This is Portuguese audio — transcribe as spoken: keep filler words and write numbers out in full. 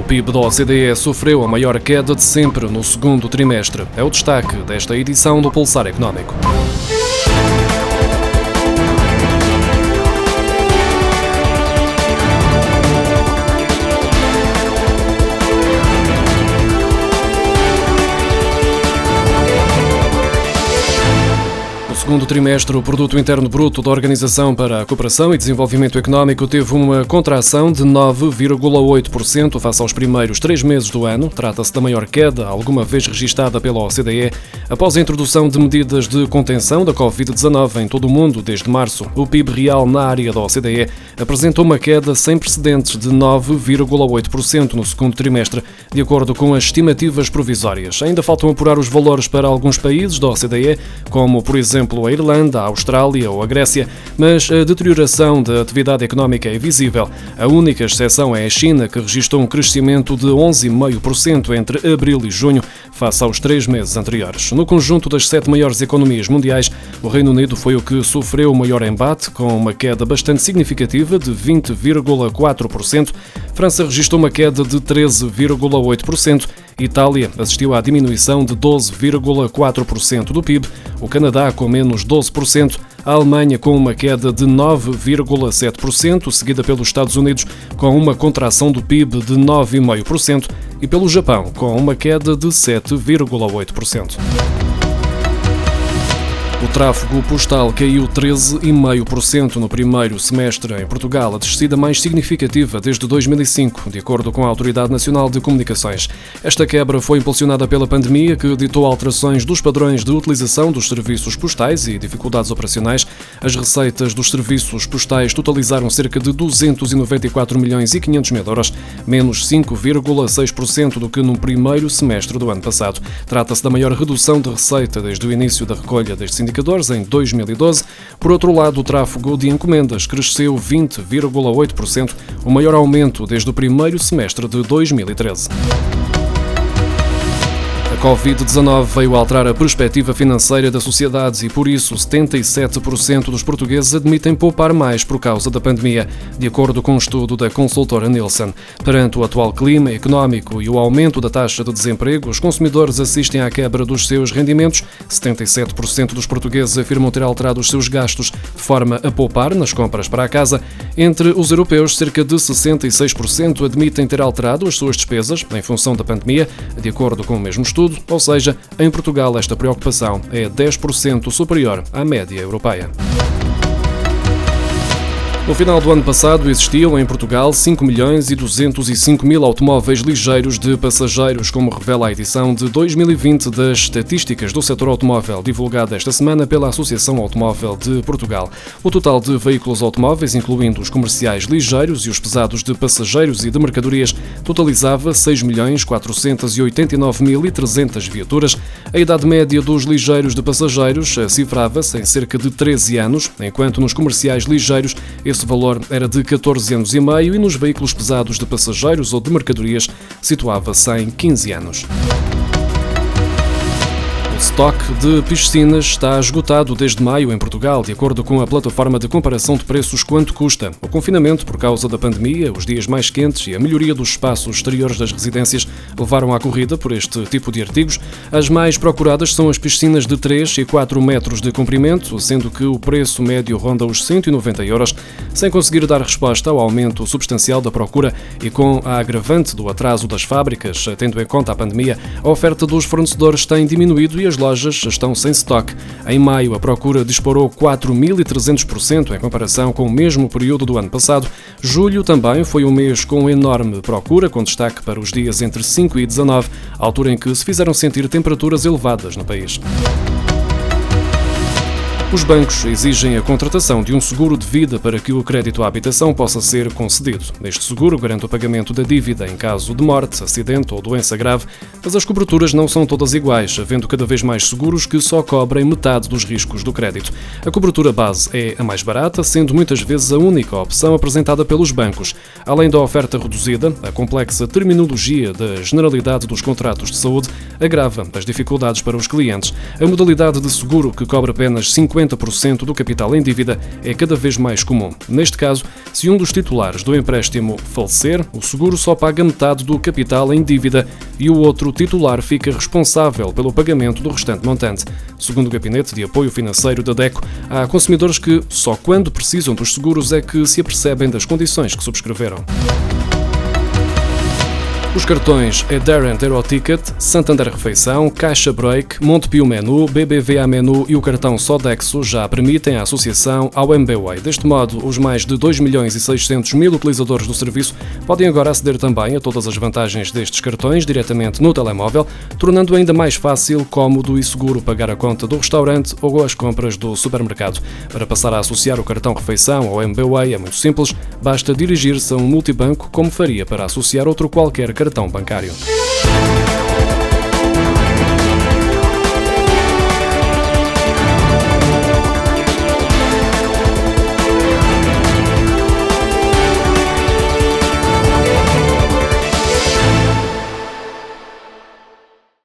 O P I B da O C D E sofreu a maior queda de sempre no segundo trimestre. É o destaque desta edição do Pulsar Económico. No segundo trimestre, o Produto Interno Bruto da Organização para a Cooperação e Desenvolvimento Económico teve uma contração de nove vírgula oito por cento face aos primeiros três meses do ano. Trata-se da maior queda alguma vez registada pela O C D E após a introdução de medidas de contenção da covid dezanove em todo o mundo desde março. O P I B real na área da O C D E apresentou uma queda sem precedentes de nove vírgula oito por cento no segundo trimestre, de acordo com as estimativas provisórias. Ainda faltam apurar os valores para alguns países da O C D E, como, por exemplo, a Irlanda, a Austrália ou a Grécia, mas a deterioração da atividade económica é visível. A única exceção é a China, que registrou um crescimento de onze vírgula cinco por cento entre abril e junho, face aos três meses anteriores. No conjunto das sete maiores economias mundiais, o Reino Unido foi o que sofreu o maior embate, com uma queda bastante significativa de vinte vírgula quatro por cento. França registrou uma queda de treze vírgula oito por cento. Itália assistiu à diminuição de doze vírgula quatro por cento do P I B, o Canadá com menos doze por cento, a Alemanha com uma queda de nove vírgula sete por cento, seguida pelos Estados Unidos com uma contração do P I B de nove vírgula cinco por cento e pelo Japão com uma queda de sete vírgula oito por cento. O tráfego postal caiu treze vírgula cinco por cento no primeiro semestre em Portugal, a descida mais significativa desde dois mil e cinco, de acordo com a Autoridade Nacional de Comunicações. Esta quebra foi impulsionada pela pandemia, que ditou alterações dos padrões de utilização dos serviços postais e dificuldades operacionais. As receitas dos serviços postais totalizaram cerca de duzentos e noventa e quatro milhões e quinhentos mil euros, menos cinco vírgula seis por cento do que no primeiro semestre do ano passado. Trata-se da maior redução de receita desde o início da recolha destes indicadores em dois mil e doze. Por outro lado, o tráfego de encomendas cresceu vinte vírgula oito por cento, o maior aumento desde o primeiro semestre de dois mil e treze. A covid dezanove veio alterar a perspectiva financeira da sociedade e, por isso, setenta e sete por cento dos portugueses admitem poupar mais por causa da pandemia, de acordo com um estudo da consultora Nielsen. Perante o atual clima económico e o aumento da taxa de desemprego, os consumidores assistem à quebra dos seus rendimentos. setenta e sete por cento dos portugueses afirmam ter alterado os seus gastos de forma a poupar nas compras para a casa. Entre os europeus, cerca de sessenta e seis por cento admitem ter alterado as suas despesas em função da pandemia, de acordo com o mesmo estudo. Ou seja, em Portugal esta preocupação é dez por cento superior à média europeia. No final do ano passado existiam em Portugal cinco milhões e duzentos e cinco mil automóveis ligeiros de passageiros, como revela a edição de dois mil e vinte das Estatísticas do Setor Automóvel, divulgada esta semana pela Associação Automóvel de Portugal. O total de veículos automóveis, incluindo os comerciais ligeiros e os pesados de passageiros e de mercadorias, totalizava seis milhões quatrocentos e oitenta e nove mil e trezentas viaturas. A idade média dos ligeiros de passageiros cifrava-se em cerca de treze anos, enquanto nos comerciais ligeiros esse valor era de catorze anos e meio e nos veículos pesados de passageiros ou de mercadorias situava-se em quinze anos. O estoque de piscinas está esgotado desde maio em Portugal, de acordo com a plataforma de comparação de preços Quanto Custa. O confinamento por causa da pandemia, os dias mais quentes e a melhoria dos espaços exteriores das residências levaram à corrida por este tipo de artigos. As mais procuradas são as piscinas de três e quatro metros de comprimento, sendo que o preço médio ronda os cento e noventa euros, sem conseguir dar resposta ao aumento substancial da procura e com a agravante do atraso das fábricas, tendo em conta a pandemia, a oferta dos fornecedores tem diminuído e as lojas estão sem estoque. Em maio, a procura disparou quatro mil e trezentos por cento em comparação com o mesmo período do ano passado. Julho também foi um mês com enorme procura, com destaque para os dias entre cinco e dezanove, altura em que se fizeram sentir temperaturas elevadas no país. Os bancos exigem a contratação de um seguro de vida para que o crédito à habitação possa ser concedido. Este seguro garante o pagamento da dívida em caso de morte, acidente ou doença grave, mas as coberturas não são todas iguais, havendo cada vez mais seguros que só cobrem metade dos riscos do crédito. A cobertura base é a mais barata, sendo muitas vezes a única opção apresentada pelos bancos. Além da oferta reduzida, a complexa terminologia da generalidade dos contratos de saúde agrava as dificuldades para os clientes. A modalidade de seguro, que cobre apenas cinquenta cinquenta por cento do capital em dívida é cada vez mais comum. Neste caso, se um dos titulares do empréstimo falecer, o seguro só paga metade do capital em dívida e o outro titular fica responsável pelo pagamento do restante montante. Segundo o Gabinete de Apoio Financeiro da DECO, há consumidores que, só quando precisam dos seguros, é que se apercebem das condições que subscreveram. Os cartões Adherent Aeroticket, Santander Refeição, Caixa Break, Montepio Menu, B B V A Menu e o cartão Sodexo já permitem a associação ao M B W A Y. Deste modo, os mais de dois milhões e seiscentos mil utilizadores do serviço podem agora aceder também a todas as vantagens destes cartões diretamente no telemóvel, tornando ainda mais fácil, cómodo e seguro pagar a conta do restaurante ou as compras do supermercado. Para passar a associar o cartão Refeição ao M B W A Y é muito simples, basta dirigir-se a um multibanco como faria para associar outro qualquer cartão bancário.